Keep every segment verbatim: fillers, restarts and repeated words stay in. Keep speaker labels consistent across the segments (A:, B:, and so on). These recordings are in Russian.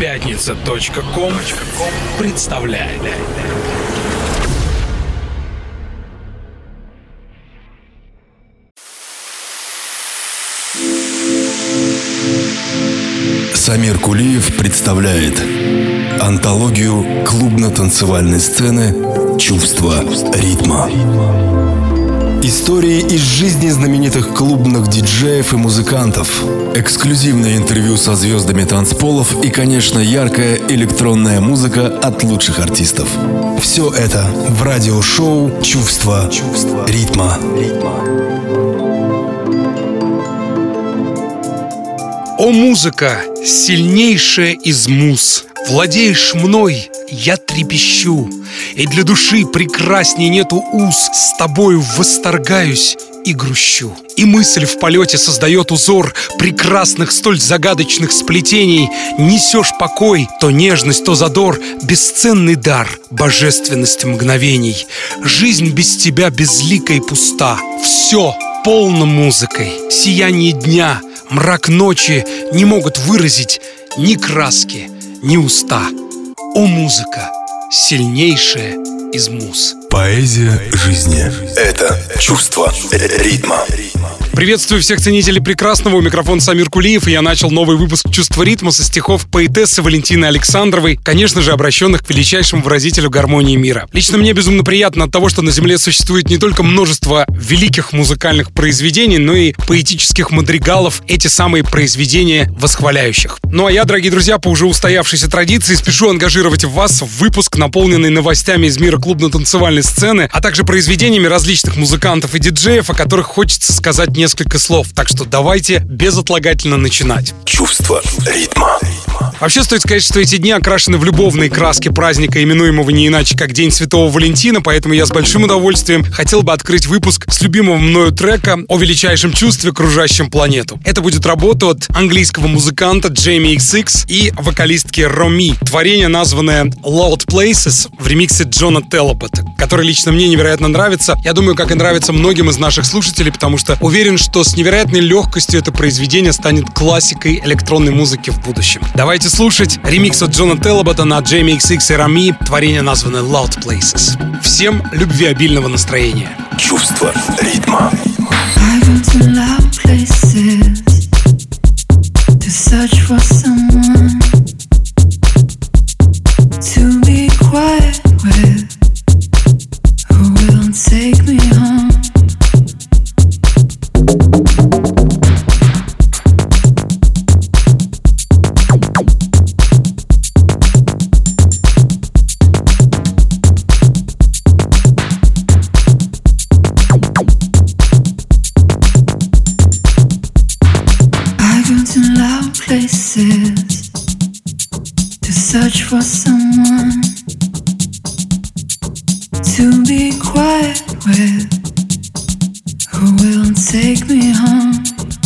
A: Пятница точка ком представляет.
B: Самир Кулиев представляет антологию клубно-танцевальной сцены «Чувство ритма». Истории из жизни знаменитых клубных диджеев и музыкантов, эксклюзивное интервью со звездами танцполов и, конечно, яркая электронная музыка от лучших артистов. Все это в радиошоу «Чувство ритма».
A: О, музыка, сильнейшая из муз, владеешь мной, я трепещу, и для души прекрасней нету уз, с тобою восторгаюсь и грущу. И мысль в полете создает узор прекрасных, столь загадочных сплетений. Несешь покой, то нежность, то задор, бесценный дар, божественность мгновений. Жизнь без тебя безлика и пуста, все полно музыкой, сияние дня, мрак ночи не могут выразить ни краски, ни уста. О, музыка, сильнейшая из муз.
B: Поэзия жизни – это чувство ритма.
A: Приветствую всех ценителей прекрасного. У микрофона Самир Кулиев, и я начал новый выпуск «Чувства ритма» со стихов поэтессы Валентины Александровой, конечно же, обращенных к величайшему выразителю гармонии мира. Лично мне безумно приятно от того, что на Земле существует не только множество великих музыкальных произведений, но и поэтических мадригалов, эти самые произведения восхваляющих. Ну а я, дорогие друзья, по уже устоявшейся традиции спешу ангажировать вас в выпуск, наполненный новостями из мира клубно-танцевальной сцены, а также произведениями различных музыкантов и диджеев, о которых хочется сказать несколько слов. Так что давайте безотлагательно начинать.
B: Чувство ритма.
A: Вообще стоит сказать, что эти дни окрашены в любовные краски праздника, именуемого не иначе как День Святого Валентина, поэтому я с большим удовольствием хотел бы открыть выпуск с любимого мною трека о величайшем чувстве, кружащем планету. Это будет работа от английского музыканта Джейми икс икс и вокалистки Роми. Творение, названное Loud Places в ремиксе Джона Телопета, который лично мне невероятно нравится. Я думаю, как и нравится многим из наших слушателей, потому что уверен, что с невероятной легкостью это произведение станет классикой электронной музыки в будущем. Давайте слушать ремикс от Джона Телопета на Джейми икс икс и Роми. Творение, названное Loud Places. Всем любвеобильного настроения.
B: Чувство ритма.
C: Take me home. I go to loud places to search for someone to be quiet with, who will take me home.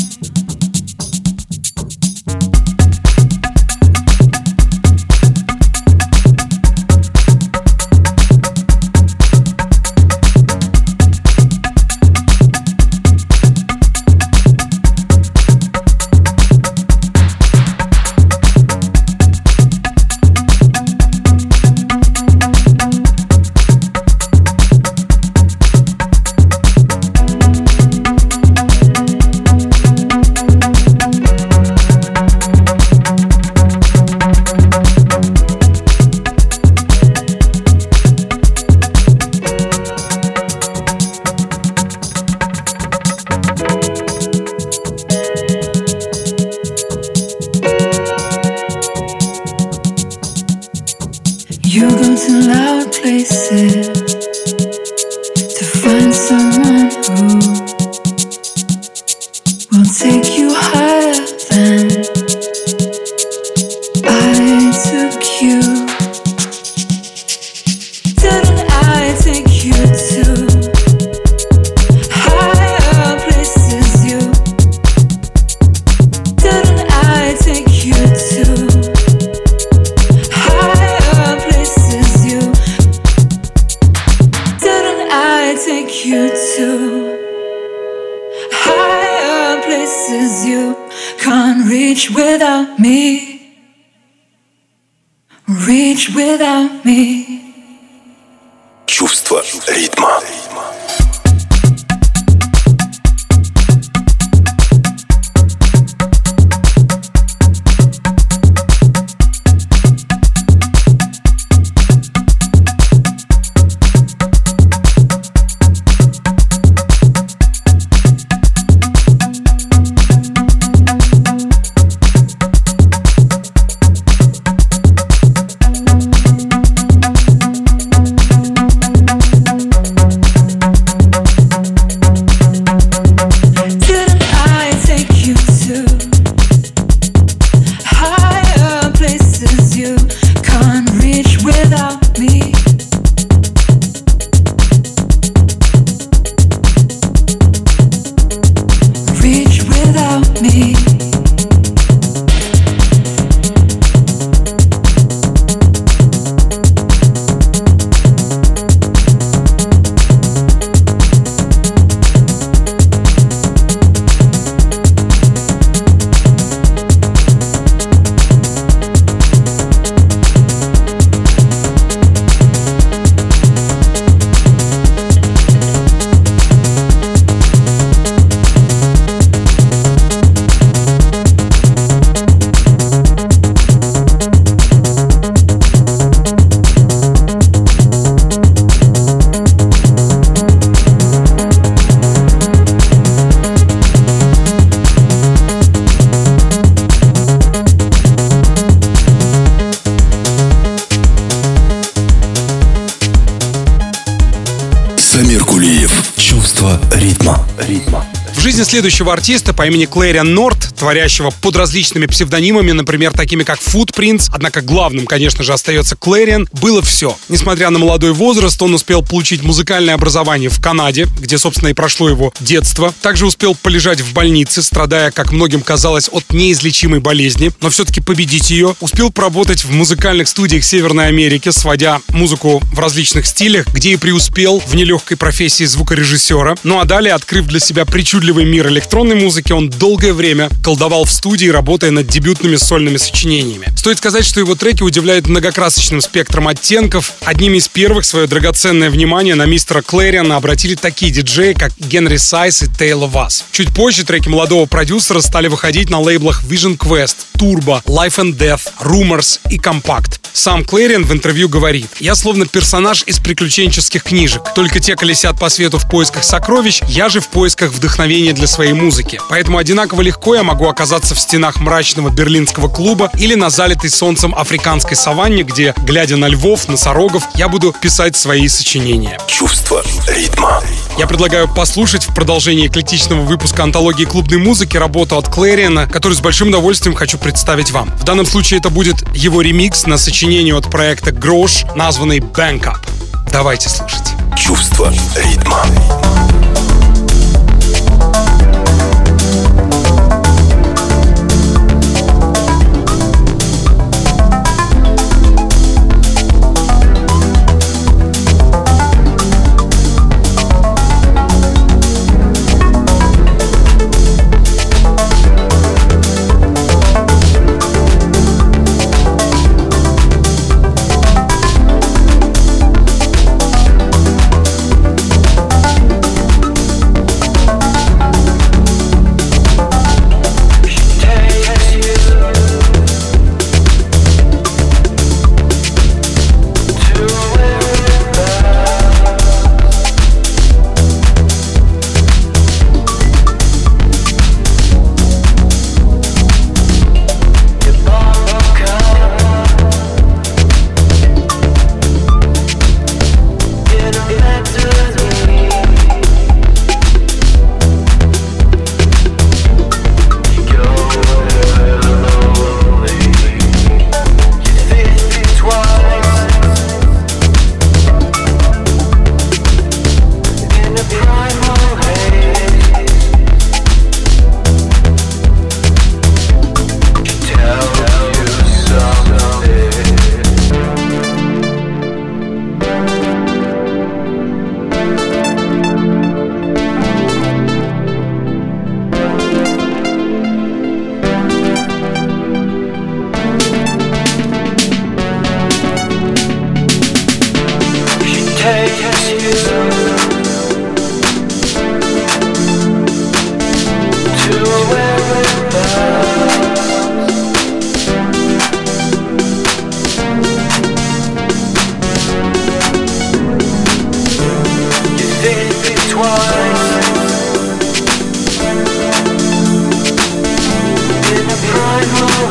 C: You go to loud places to find someone who will take you higher than I took you. Didn't I take you to higher places? You didn't I take you to take you to higher places you can't reach without me. reach without me.
B: Чувство ритма. ритма. ритма.
A: В жизни следующего артиста по имени Клэриан Норт, творящего под различными псевдонимами, например, такими как Footprints, однако главным, конечно же, остается Клэриан, было все. Несмотря на молодой возраст, он успел получить музыкальное образование в Канаде, где, собственно, и прошло его детство. Также успел полежать в больнице, страдая, как многим казалось, от неизлечимой болезни, но все-таки победить ее. Успел поработать в музыкальных студиях Северной Америки, сводя музыку в различных стилях, где и преуспел в нелегкой профессии звукорежиссера. Ну а далее, открыв для себя причудливый мир электронной музыки, он долгое время колдовал в студии, работая над дебютными сольными сочинениями. Стоит сказать, что его треки удивляют многокрасочным спектром оттенков. Одними из первых свое драгоценное внимание на мистера Клэриана обратили такие диджеи, как Генри Сайс и Tale of Us. Чуть позже треки молодого продюсера стали выходить на лейблах Vision Quest, Turbo, Life and Death, Rumors и Compact. Сам Клэриан в интервью говорит: «Я словно персонаж из приключенческих книжек. Только те колесят по свету в поисках сокровищ, я же в поисках вдохновения для своей музыки. Поэтому одинаково легко я могу оказаться в стенах мрачного берлинского клуба или на залитой солнцем африканской саванне, где, глядя на львов, носорогов, я буду писать свои сочинения».
B: Чувство ритма.
A: Я предлагаю послушать в продолжении эклектичного выпуска антологии клубной музыки работу от Клэриана, которую с большим удовольствием хочу представить вам. В данном случае это будет его ремикс на сочинение от проекта Грош, названный Bank Up. Давайте слушать.
B: Чувство ритма.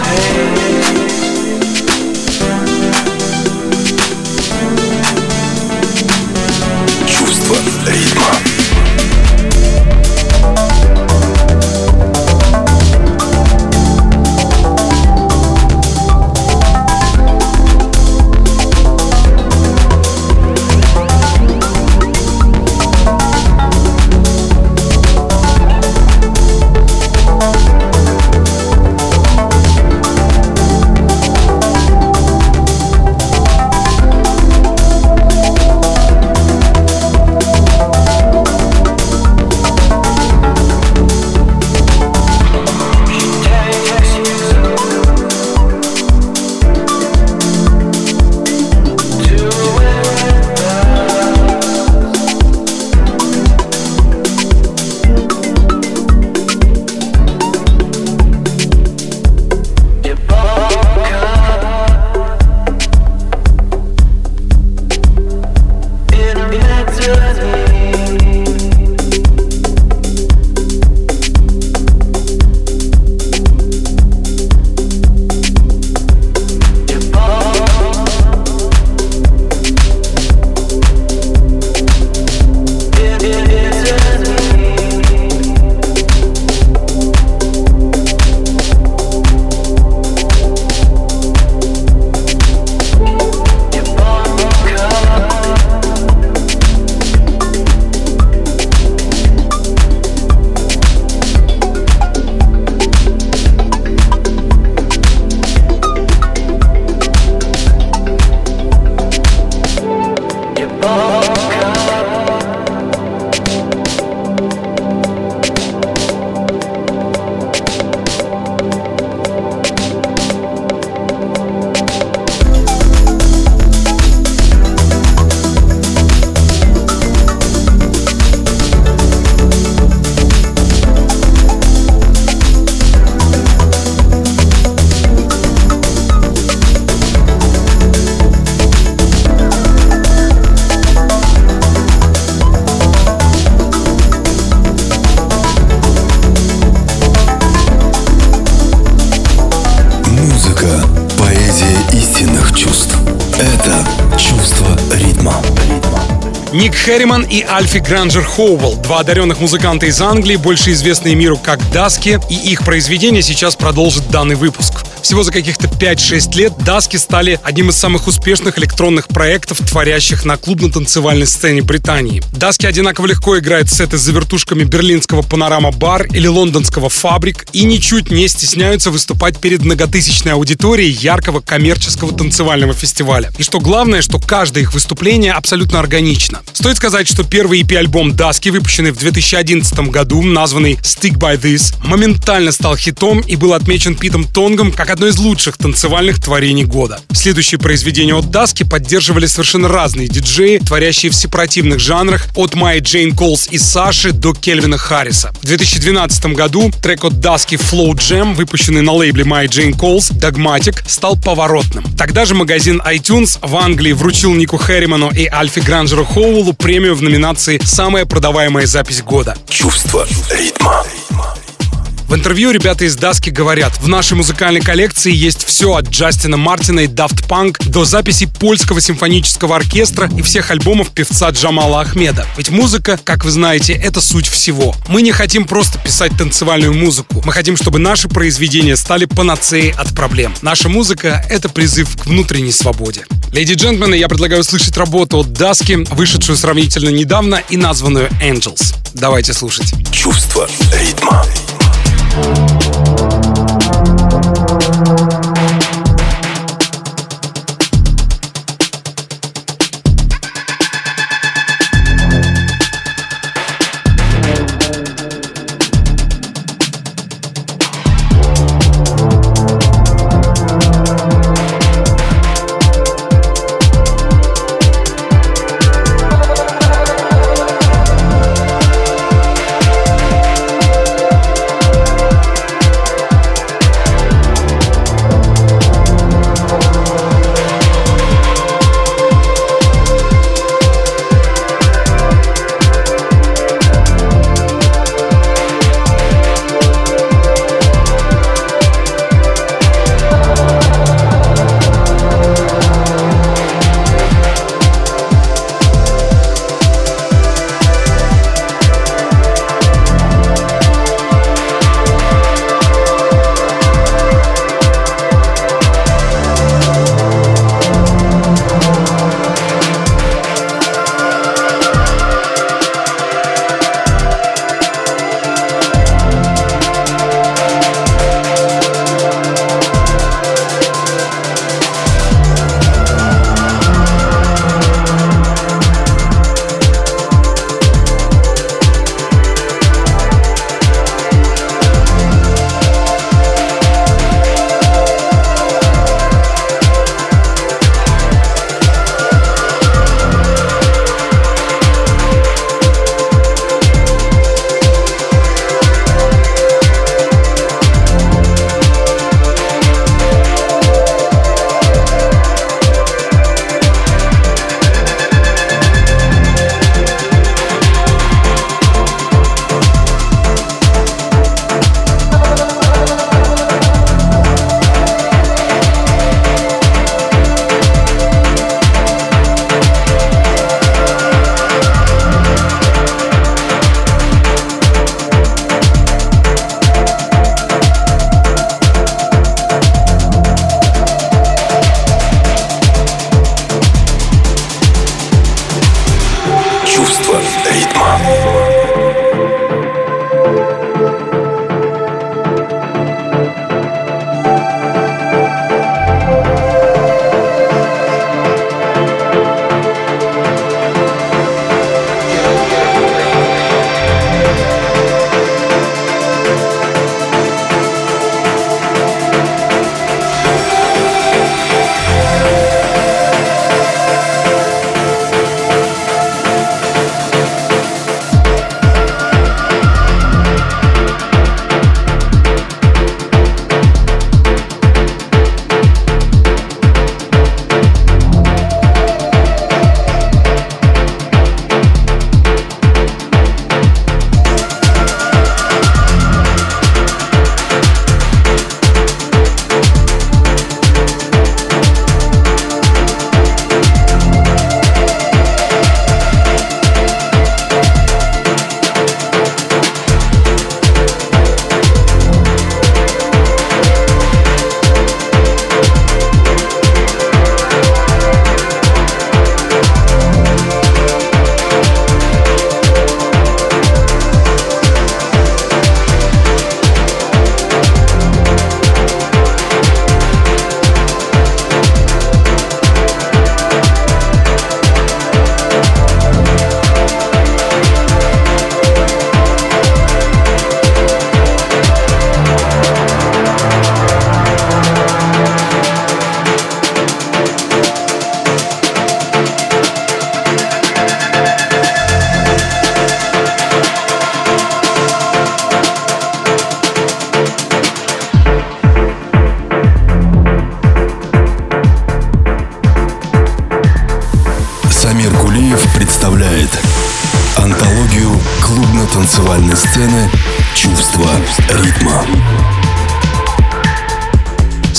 A: Ник Хэрриман и Альфи Гранджер Хоуэлл, два одаренных музыканта из Англии, больше известные миру как Даски, и их произведение сейчас продолжит данный выпуск. Всего за каких-то пять-шесть лет Даски стали одним из самых успешных электронных проектов, творящих на клубно-танцевальной сцене Британии. Даски одинаково легко играют сеты за вертушками берлинского Панорама Бар или лондонского Фабрик и ничуть не стесняются выступать перед многотысячной аудиторией яркого коммерческого танцевального фестиваля. И что главное, что каждое их выступление абсолютно органично. Стоит сказать, что первый и пи-альбом Даски, выпущенный в две тысячи одиннадцатом году, названный Stick By This, моментально стал хитом и был отмечен Питом Тонгом как одно из лучших танцевальных творений года. Следующие произведения от Даски поддерживали совершенно разные диджеи, творящие в сепаративных жанрах от Майи Джейн Колс и Саши до Кельвина Харриса. В две тысячи двенадцатом году трек от Даски Flow Jam, выпущенный на лейбле Майи Джейн Колс Dogmatic, стал поворотным. Тогда же магазин iTunes в Англии вручил Нику Хэрриману и Альфи Гранджеру Хоуэллу премию в номинации «Самая продаваемая запись года».
B: Чувство ритма.
A: В интервью ребята из Даски говорят: в нашей музыкальной коллекции есть все от Джастина Мартина и Daft Punk до записей польского симфонического оркестра и всех альбомов певца Джамала Ахмеда. Ведь музыка, как вы знаете, это суть всего. Мы не хотим просто писать танцевальную музыку. Мы хотим, чтобы наши произведения стали панацеей от проблем. Наша музыка — это призыв к внутренней свободе. Леди и джентльмены, я предлагаю услышать работу от Даски, вышедшую сравнительно недавно и названную Angels. Давайте слушать.
B: Чувство ритма.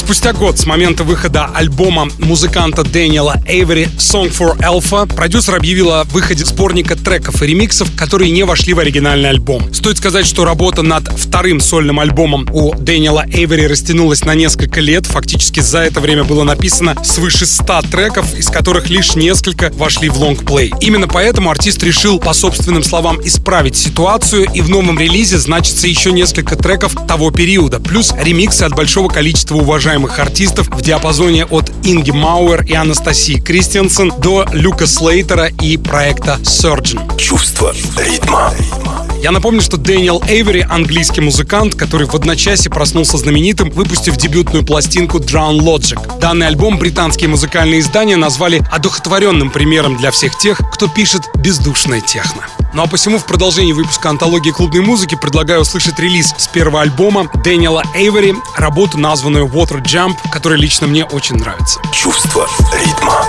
A: Спустя год с момента выхода альбома музыканта Дэниела Эйвери «Song for Alpha» продюсер объявил о выходе сборника треков и ремиксов, которые не вошли в оригинальный альбом. Стоит сказать, что работа над вторым сольным альбомом у Дэниела Эйвери растянулась на несколько лет. Фактически за это время было написано свыше ста треков, из которых лишь несколько вошли в лонгплей. Именно поэтому артист решил, по собственным словам, исправить ситуацию, и в новом релизе значится еще несколько треков того периода, плюс ремиксы от большого количества уважаемых артистов в диапазоне от Инги Мауэр и Анастасии Кристиансен до Люка Слейтера и проекта Surgeon.
B: Чувство ритма.
A: Я напомню, что Дэниел Эйвери — английский музыкант, который в одночасье проснулся знаменитым, выпустив дебютную пластинку Drown Logic. Данный альбом британские музыкальные издания назвали одухотворенным примером для всех тех, кто пишет бездушное техно. Ну а посему в продолжении выпуска антологии клубной музыки предлагаю услышать релиз с первого альбома Дэниела Эйвери, работу, названную Water Jump, которая лично мне очень нравится.
B: Чувство ритма.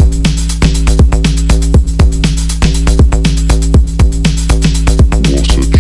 D: Water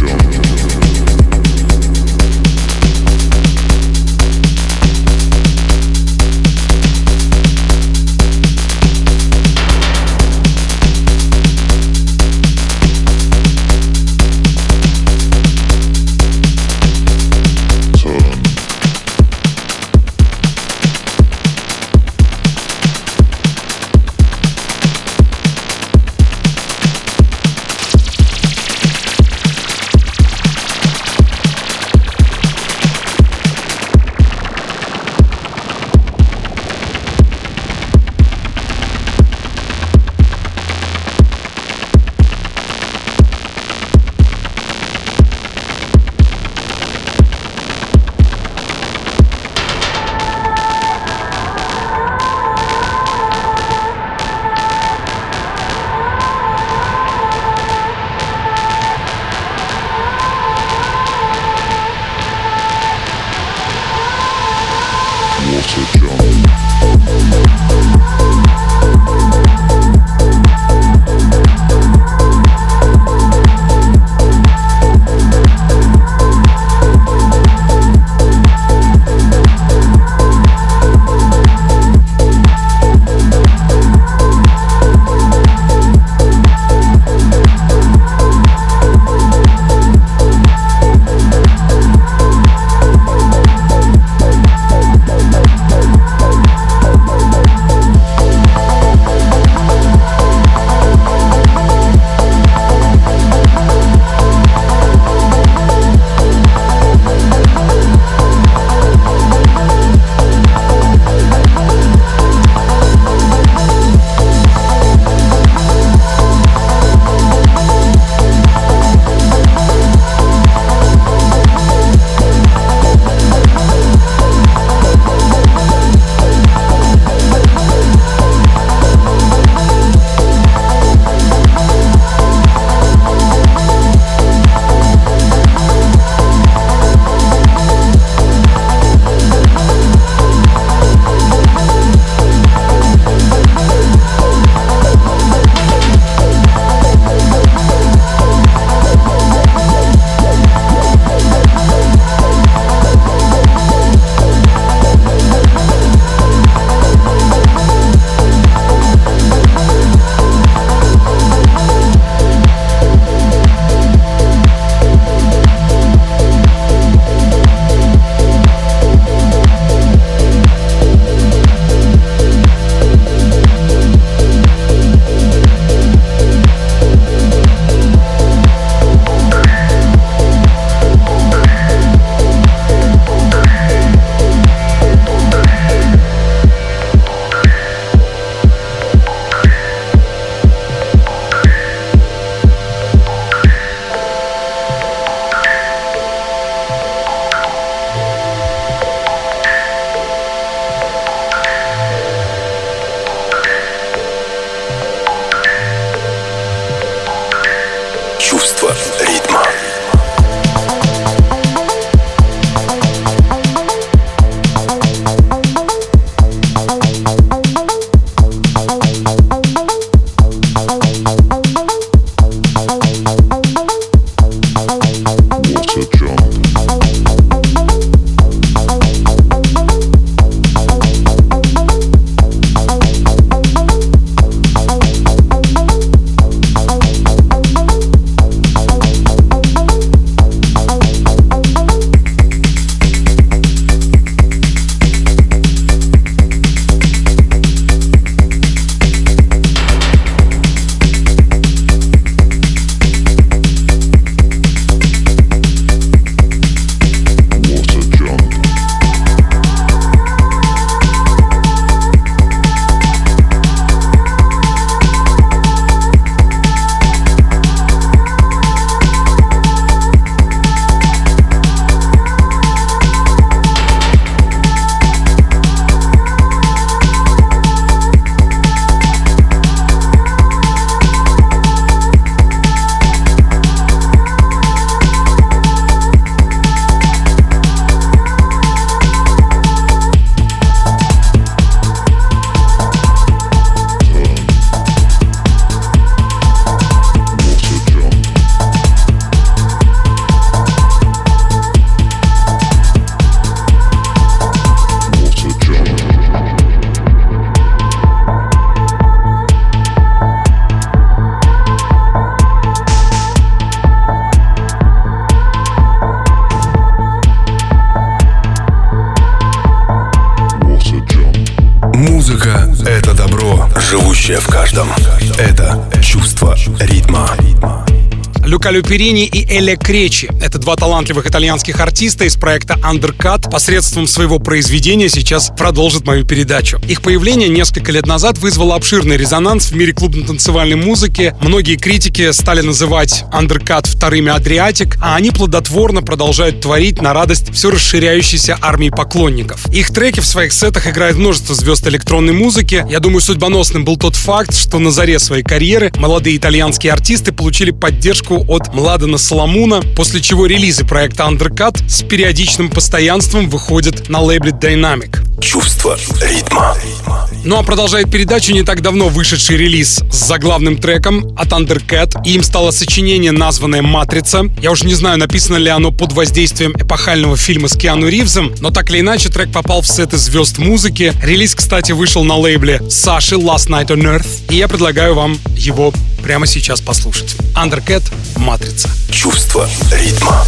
B: ритма.
A: Люка Люперини и Эля Кречи — это два талантливых итальянских артиста из проекта Undercut. Посредством своего произведения сейчас продолжат мою передачу. Их появление несколько лет назад вызвало обширный резонанс в мире клубно-танцевальной музыки. Многие критики стали называть Undercut вторыми Adriatic, а они плодотворно продолжают творить на радость все расширяющейся армии поклонников. Их треки в своих сетах играет множество звезд электронной музыки. Я думаю, судьбоносным был тот факт, что на заре своей карьеры молодые итальянские артисты получили поддержку от Младена Соломуна, после чего релизы проекта Undercut с периодичным постоянством выходят на лейбле Dynamic.
B: Чувство ритма.
A: Ну а продолжает передачу не так давно вышедший релиз с заглавным треком от Undercat, и им стало сочинение, названное «Матрица». Я уже не знаю, написано ли оно под воздействием эпохального фильма с Киану Ривзом, но так или иначе трек попал в сеты звезд музыки. Релиз, кстати, вышел на лейбле Саши Last Night on Earth, и я предлагаю вам его прямо сейчас послушать. Undercat, «Матрица».
B: Чувство ритма.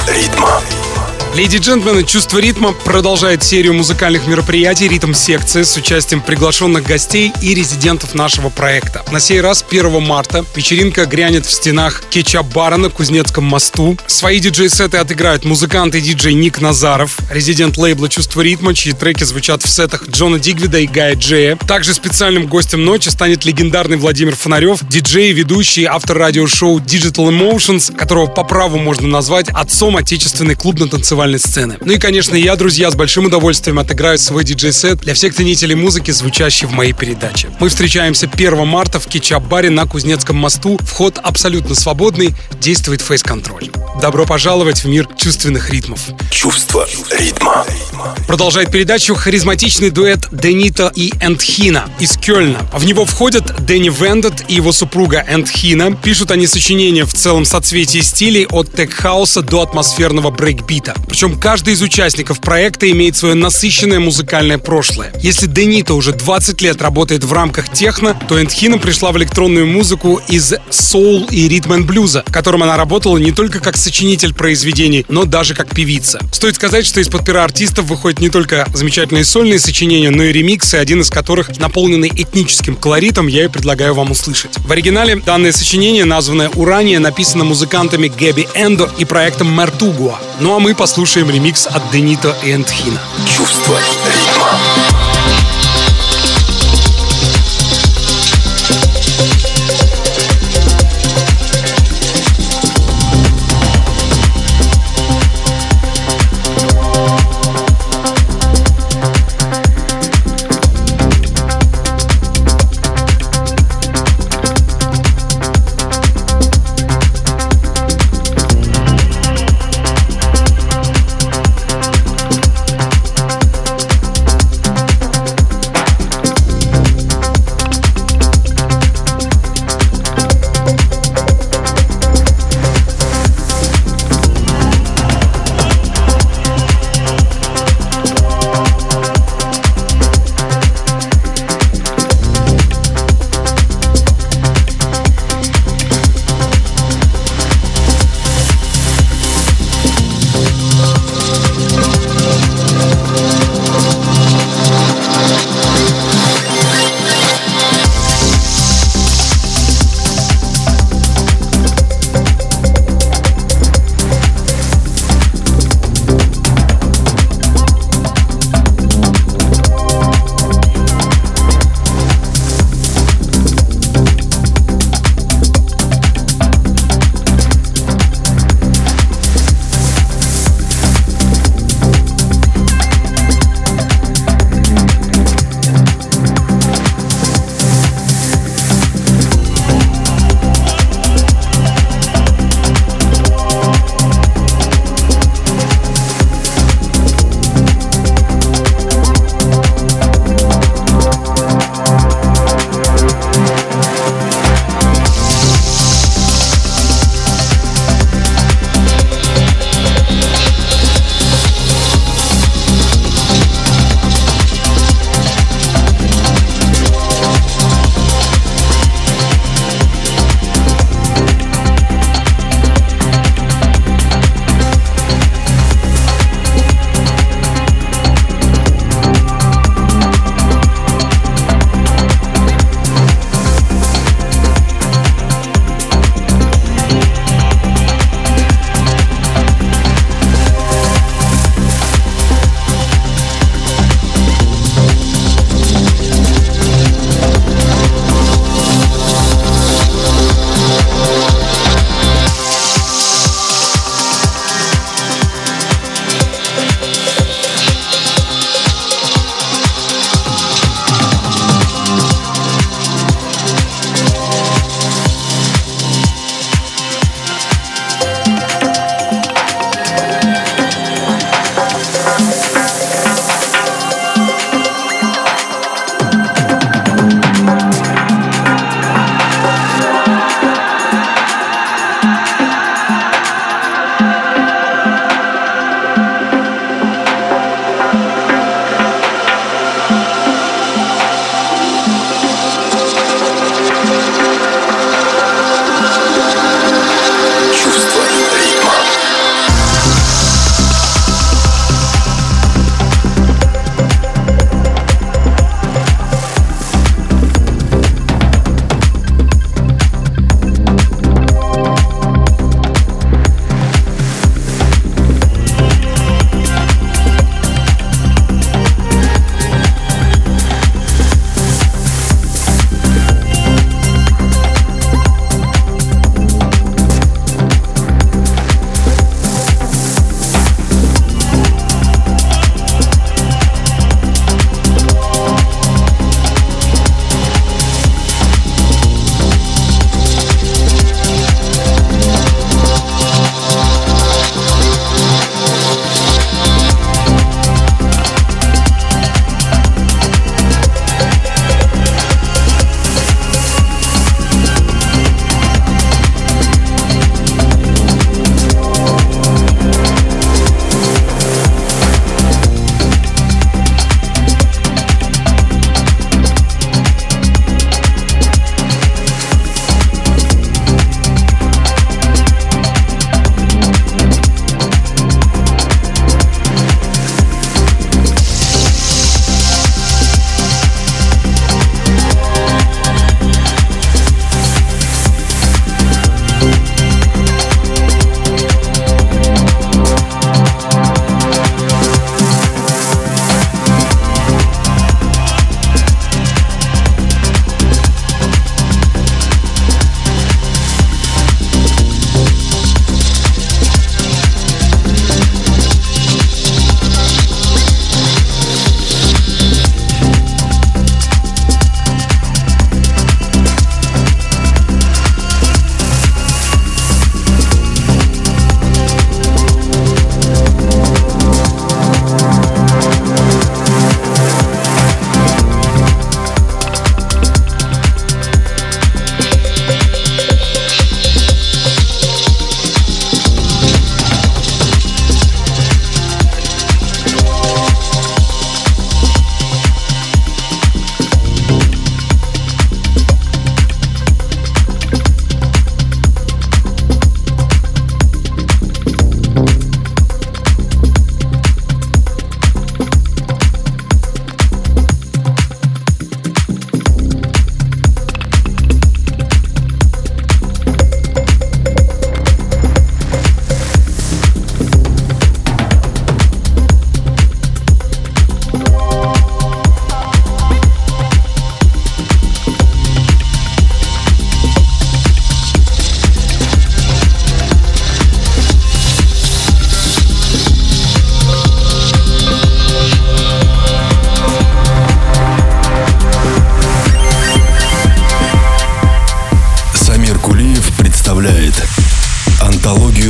B: ритма.
A: Леди и джентльмены, «Чувство ритма» продолжает серию музыкальных мероприятий «Ритм-секции» с участием приглашенных гостей и резидентов нашего проекта. На сей раз первого марта вечеринка грянет в стенах Кетчап-бара на Кузнецком мосту. Свои диджей-сеты отыграют музыкант и диджей Ник Назаров, резидент лейбла «Чувство ритма», чьи треки звучат в сетах Джона Дигвида и Гая Джея. Также специальным гостем ночи станет легендарный Владимир Фонарев, диджей, ведущий, автор радиошоу Digital Emotions, которого по праву можно назвать отцом отечественной клубно-танцевальной сцены. Ну и, конечно, я, друзья, с большим удовольствием отыграю свой диджей-сет для всех ценителей музыки, звучащей в моей передаче. Мы встречаемся первого марта в Кетчап-баре на Кузнецком мосту. Вход абсолютно свободный, действует фейс-контроль. Добро пожаловать в мир чувственных ритмов.
B: Чувство ритма.
A: Продолжает передачу харизматичный дуэт Денито и Эндхина из Кёльна. В него входят Дэнни Вендет и его супруга Эндхина. Пишут они сочинения в целом соцветии стилей от тех-хауса до атмосферного брейкбита. Причем каждый из участников проекта имеет свое насыщенное музыкальное прошлое. Если Денито уже двадцать лет работает в рамках техно, то Эндхина пришла в электронную музыку из соул и ритм-энд-блюза, в котором она работала не только как сочинитель произведений, но даже как певица. Стоит сказать, что из-под пера артистов выходят не только замечательные сольные сочинения, но и ремиксы, один из которых, наполненный этническим колоритом, я и предлагаю вам услышать. В оригинале данное сочинение, названное «Урания», написано музыкантами Гэби Эндо и проектом Мертугуа. Ну а мы послушаем ремикс от Денито и Эндхина.
B: Чувство ритма.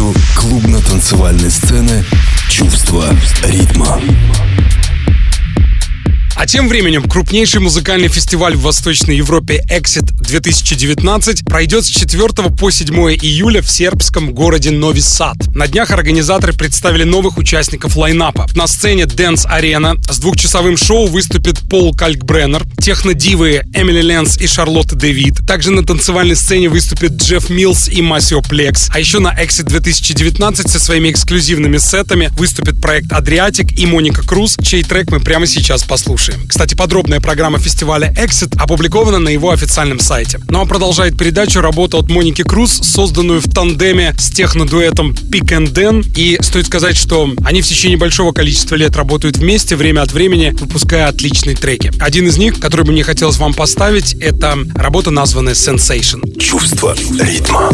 B: миру клубно-танцевальной сцены «Чувство ритма».
A: А тем временем крупнейший музыкальный фестиваль в Восточной Европе Exit две тысячи девятнадцать пройдет с четвёртого по седьмое июля в сербском городе Нови Сад. На днях организаторы представили новых участников лайнапа. На сцене Dance Arena с двухчасовым шоу выступит Пол Калькбреннер, техно-дивы Эмили Ленс и Шарлотта Дэвид. Также на танцевальной сцене выступит Джефф Милс и Масио Плекс. А еще на Exit две тысячи девятнадцать со своими эксклюзивными сетами выступит проект Адриатик и Моника Круз, чей трек мы прямо сейчас послушаем. Кстати, подробная программа фестиваля Exit опубликована на его официальном сайте. Ну а продолжает передачу работа от Моники Круз, созданную в тандеме с техно-дуэтом Pick and Dan. И стоит сказать, что они в течение большого количества лет работают вместе, время от времени выпуская отличные треки. Один из них, который бы мне хотелось вам поставить, это работа, названная Sensation.
B: Чувство ритма.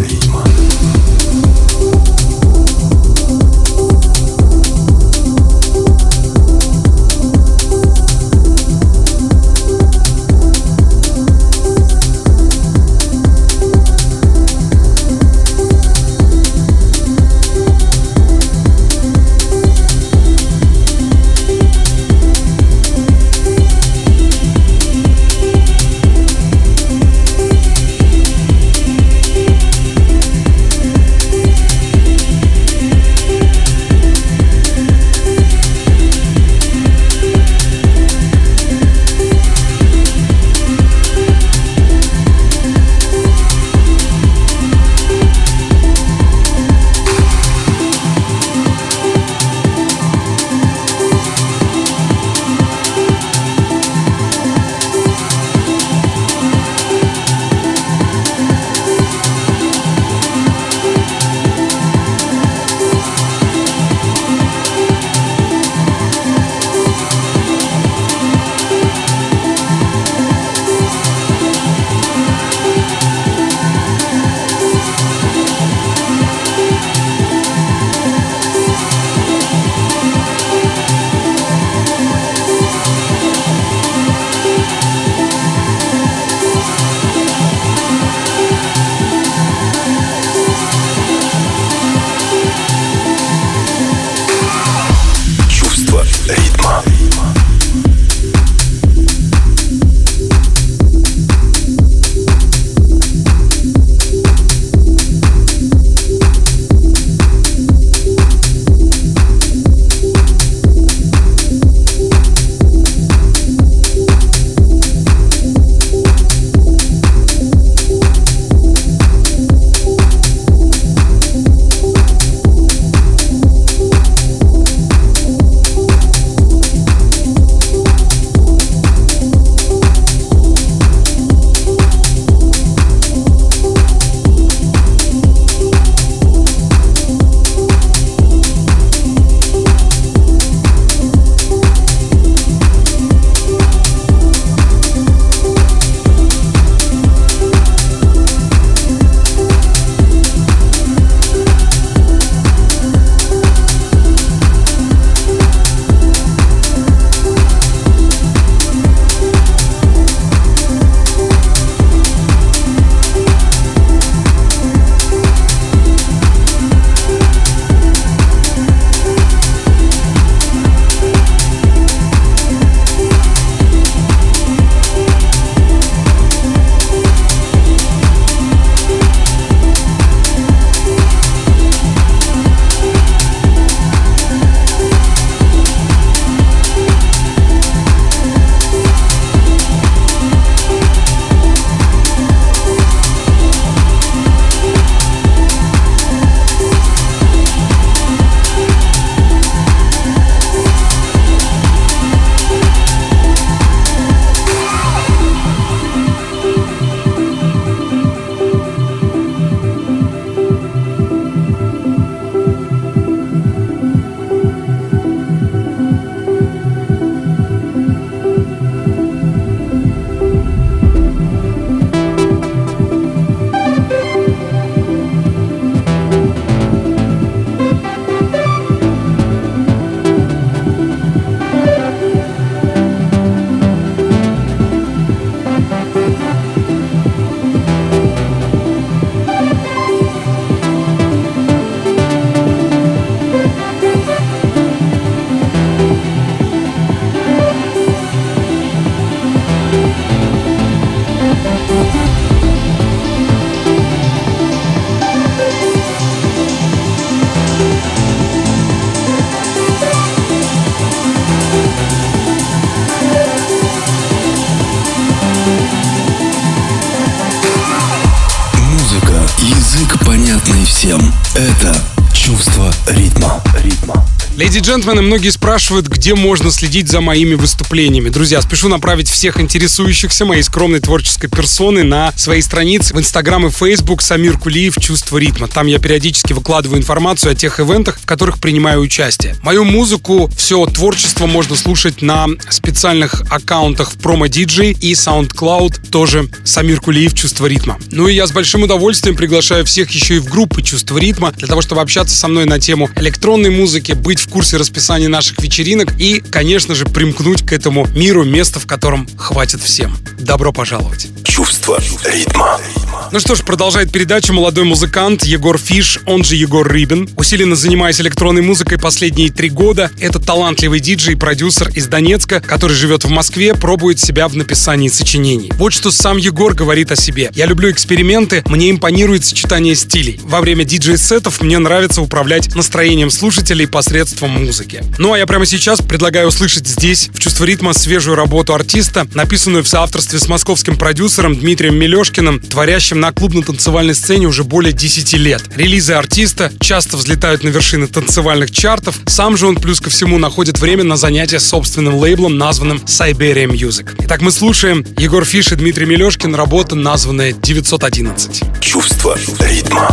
B: всем. Это чувство ритма. Ритма.
A: Леди и джентльмены, многие спрашивают, где можно следить за моими выступлениями. Друзья, спешу направить всех интересующихся моей скромной творческой персоной на свои страницы в Инстаграм и Фейсбук Самир Кулиев «Чувство ритма». Там я периодически выкладываю информацию о тех ивентах, в которых принимаю участие. Мою музыку, все творчество можно слушать на специальных аккаунтах в промо-диджей и SoundCloud, тоже Самир Кулиев «Чувство ритма». Ну и я с большим удовольствием приглашаю всех еще и в группы «Чувство ритма», для того, чтобы общаться со мной на тему электронной музыки, быть в курсе расписания наших вечеринок и, конечно же, примкнуть к этому миру, место в котором хватит всем. Добро пожаловать.
B: Чувство ритма.
A: Ну что ж, продолжает передачу молодой музыкант Егор Фиш, он же Егор Рибин. Усиленно занимаясь электронной музыкой последние три года, этот талантливый диджей и продюсер из Донецка, который живет в Москве, пробует себя в написании сочинений. Вот что сам Егор говорит о себе. «Я люблю эксперименты, мне импонирует сочетание стилей. Во время диджей-сетов мне нравится управлять настроением слушателей посредством музыки». Ну а я прямо сейчас предлагаю услышать здесь, в «Чувство ритма», свежую работу артиста, написанную в соавторстве с московским продюсером Дмитрием Мелешкиным, творящим на клубно-танцевальной сцене уже более десяти лет. Релизы артиста часто взлетают на вершины танцевальных чартов. Сам же он, плюс ко всему, находит время на занятия с собственным лейблом, названным Siberia Music. Итак, мы слушаем Егор Фиш и Дмитрий Мелешкин, работа, названная девятьсот одиннадцать.
B: Чувство ритма.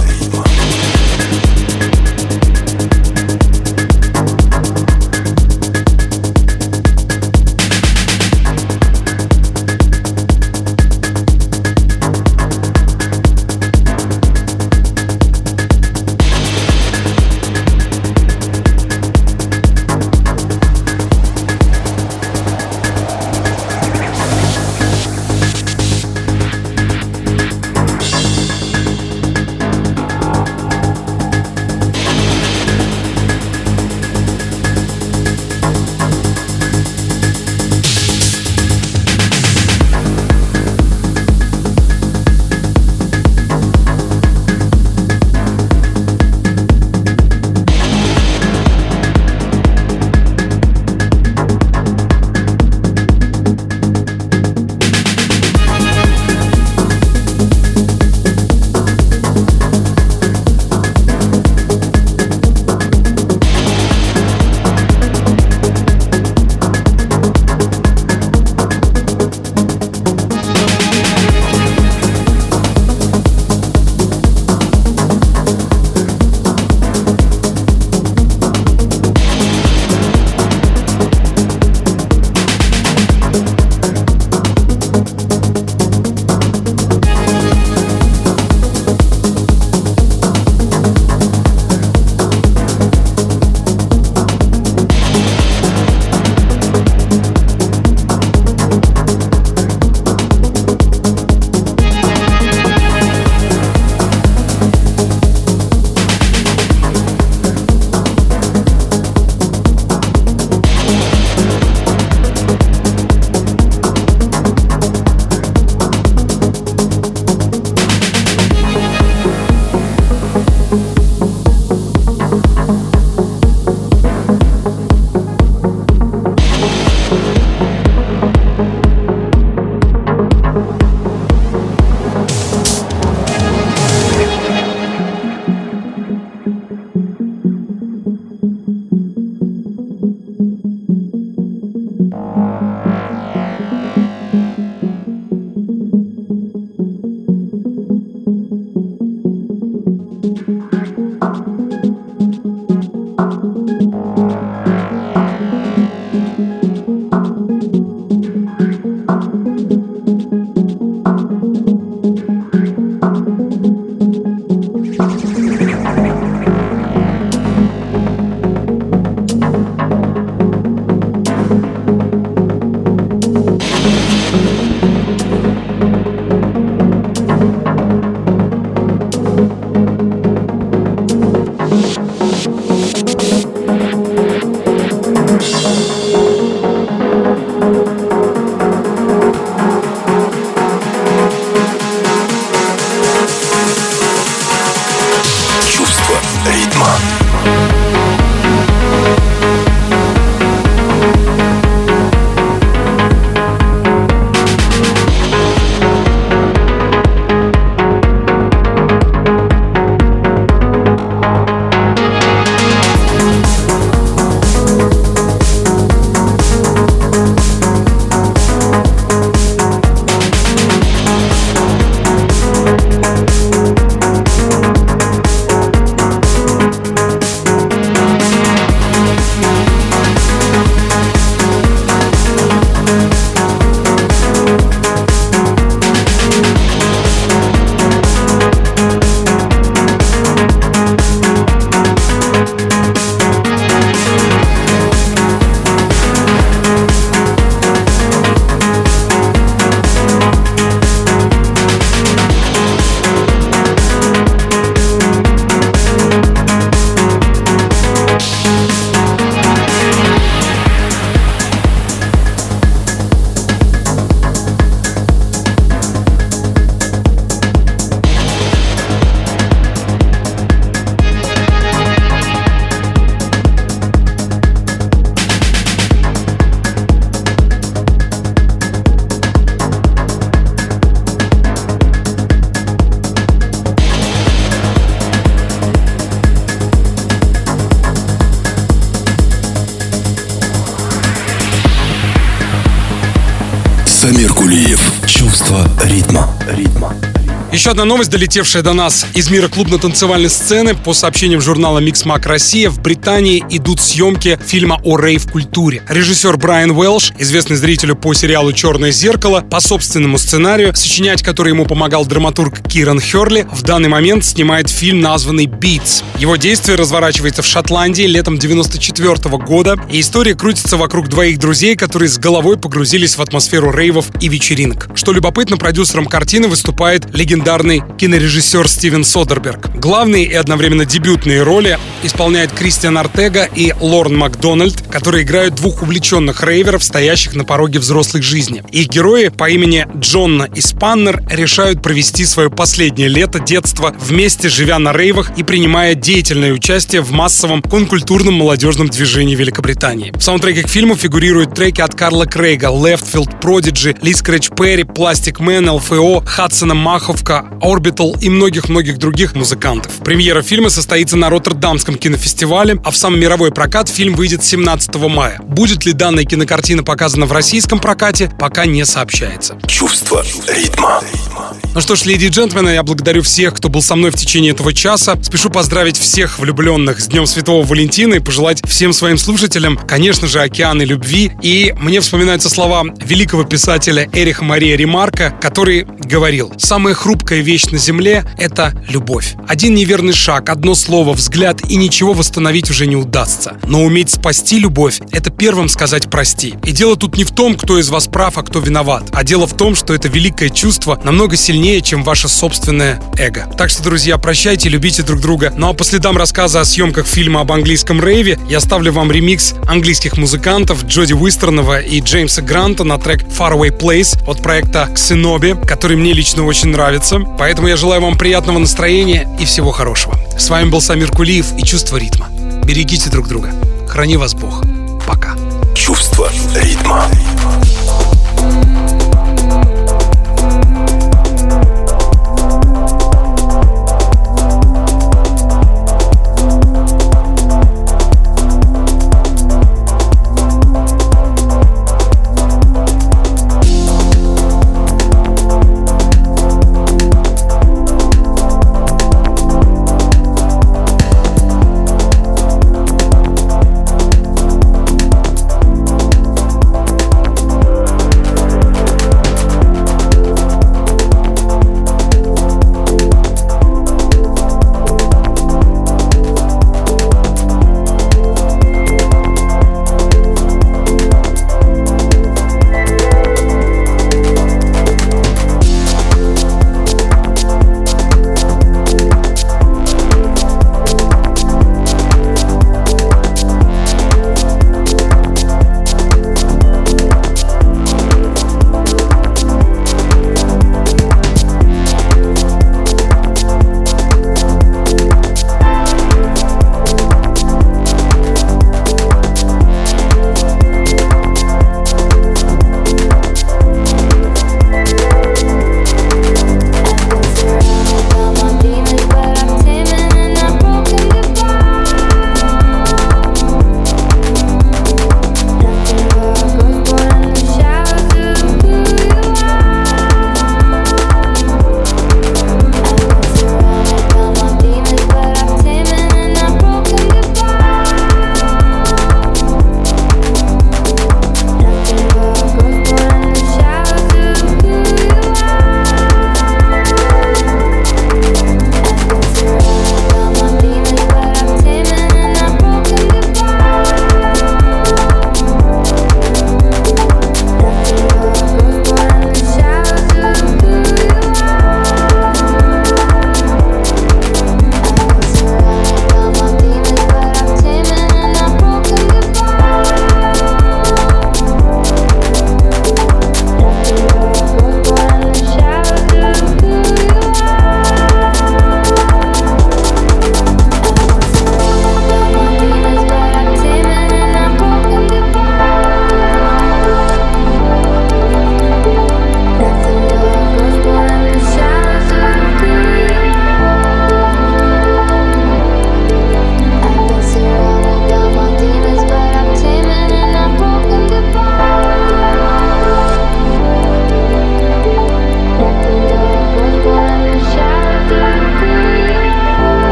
B: Чувство ритма. Ритма.
A: Еще одна новость, долетевшая до нас из мира клубно-танцевальной сцены. По сообщениям журнала Mixmag Россия, в Британии идут съемки фильма о рейв-культуре. Режиссер Брайан Уэлш, известный зрителю по сериалу «Черное зеркало», по собственному сценарию, сочинять который ему помогал драматург Киран Херли, в данный момент снимает фильм, названный «Beats». Его действие разворачивается в Шотландии летом девяносто четвёртого года, и история крутится вокруг двоих друзей, которые с головой погрузились в атмосферу рейвов и вечеринок. Что любопытно, продюсером картины выступает легендарный легендарный кинорежиссер Стивен Содерберг. Главные и одновременно дебютные роли исполняют Кристиан Ортега и Лорн Макдональд, которые играют двух увлеченных рейверов, стоящих на пороге взрослой жизни. Их герои по имени Джонна и Спаннер решают провести свое последнее лето детства вместе, живя на рейвах и принимая деятельное участие в массовом конкультурном молодежном движении Великобритании. В саундтреке к фильму фигурируют треки от Карла Крейга, Leftfield, Prodigy, Ли Скрэч Перри, Plastic Man, эл эф о, Хадсона Маховка, Orbital и многих-многих других музыкантов. Премьера фильма состоится на Роттердамском кинофестивале, а в сам мировой прокат фильм выйдет семнадцатого мая. Будет ли данная кинокартина показана в российском прокате, пока не сообщается.
B: Чувство ритма.
A: Ну что ж, леди и джентльмены, я благодарю всех, кто был со мной в течение этого часа. Спешу поздравить всех влюбленных с Днем Святого Валентина и пожелать всем своим слушателям, конечно же, океаны любви. И мне вспоминаются слова великого писателя Эриха Мария Ремарка, который говорил: «Самая хрупкая вещь на земле — это любовь. Один неверный шаг, одно слово, взгляд, и ничего восстановить уже не удастся. Но уметь спасти любовь — это первым сказать прости. И дело тут не в том, кто из вас прав, а кто виноват, а дело в том, что это великое чувство намного сильнее, чем ваше собственное эго». Так что, друзья, прощайте, любите друг друга. Ну а по следам рассказа о съемках фильма об английском рейве я ставлю вам ремикс английских музыкантов Джоди Уистернова и Джеймса Гранта на трек Faraway Place от проекта Xenobi, который мне лично очень нравится. Поэтому я желаю вам приятного настроения и всего хорошего. С вами был Самир Кулиев и «Чувство ритма». Берегите друг друга. Храни вас Бог. Пока.
B: Чувство ритма.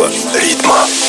B: чувство ритма.